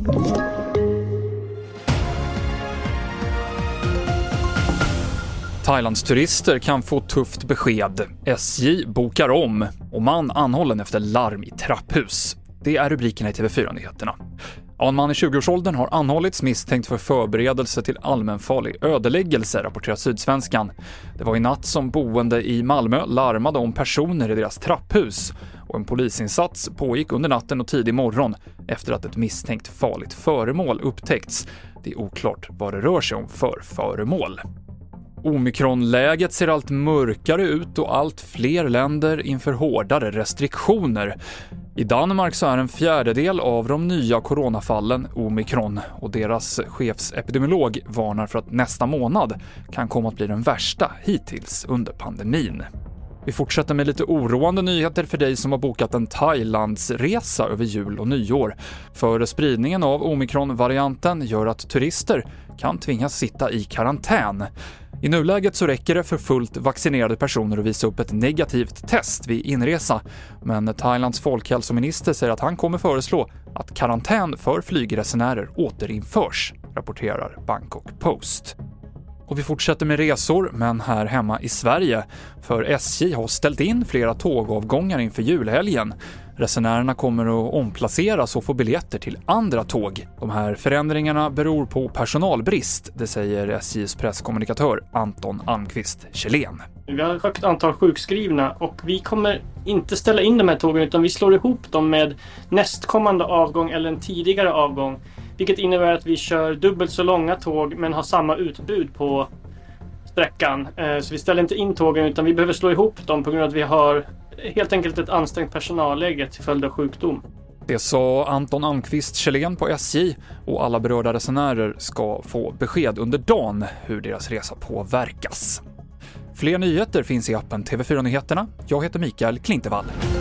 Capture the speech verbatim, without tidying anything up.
Thailands turister kan få tufft besked. S J bokar om och man anhållen efter larm i trapphus. Det är rubrikerna i T V fyra-nyheterna. En man i tjugoårsåldern har anhållits misstänkt för förberedelse till allmänfarlig ödeläggelse, rapporterar Sydsvenskan. Det var i natt som boende i Malmö larmade om personer i deras trapphus och en polisinsats pågick under natten och tidig morgon efter att ett misstänkt farligt föremål upptäckts. Det är oklart vad det rör sig om för föremål. Omikronläget ser allt mörkare ut och allt fler länder inför hårdare restriktioner. I Danmark så är en fjärdedel av de nya coronafallen omikron och deras chefsepidemiolog varnar för att nästa månad kan komma att bli den värsta hittills under pandemin. Vi fortsätter med lite oroande nyheter för dig som har bokat en Thailandsresa över jul och nyår. För spridningen av omikron-varianten gör att turister kan tvingas sitta i karantän. I nuläget så räcker det för fullt vaccinerade personer att visa upp ett negativt test vid inresa. Men Thailands folkhälsominister säger att han kommer föreslå att karantän för flygresenärer återinförs, rapporterar Bangkok Post. Och vi fortsätter med resor, men här hemma i Sverige. För S J har ställt in flera tågavgångar inför julhelgen. Resenärerna kommer att omplaceras och få biljetter till andra tåg. De här förändringarna beror på personalbrist, det säger S J:s presskommunikatör Anton Almqvist Kjellén. Vi har ett högt antal sjukskrivna och vi kommer inte ställa in de här tågen utan vi slår ihop dem med nästkommande avgång eller en tidigare avgång. Vilket innebär att vi kör dubbelt så långa tåg men har samma utbud på sträckan. Så vi ställer inte in tågen utan vi behöver slå ihop dem på grund av att vi har helt enkelt ett ansträngt personalläge till följd av sjukdom. Det sa Anton Almqvist Kjellén på S J och alla berörda resenärer ska få besked under dagen hur deras resa påverkas. Fler nyheter finns i appen T V fyra-nyheterna. Jag heter Mikael Klintevall.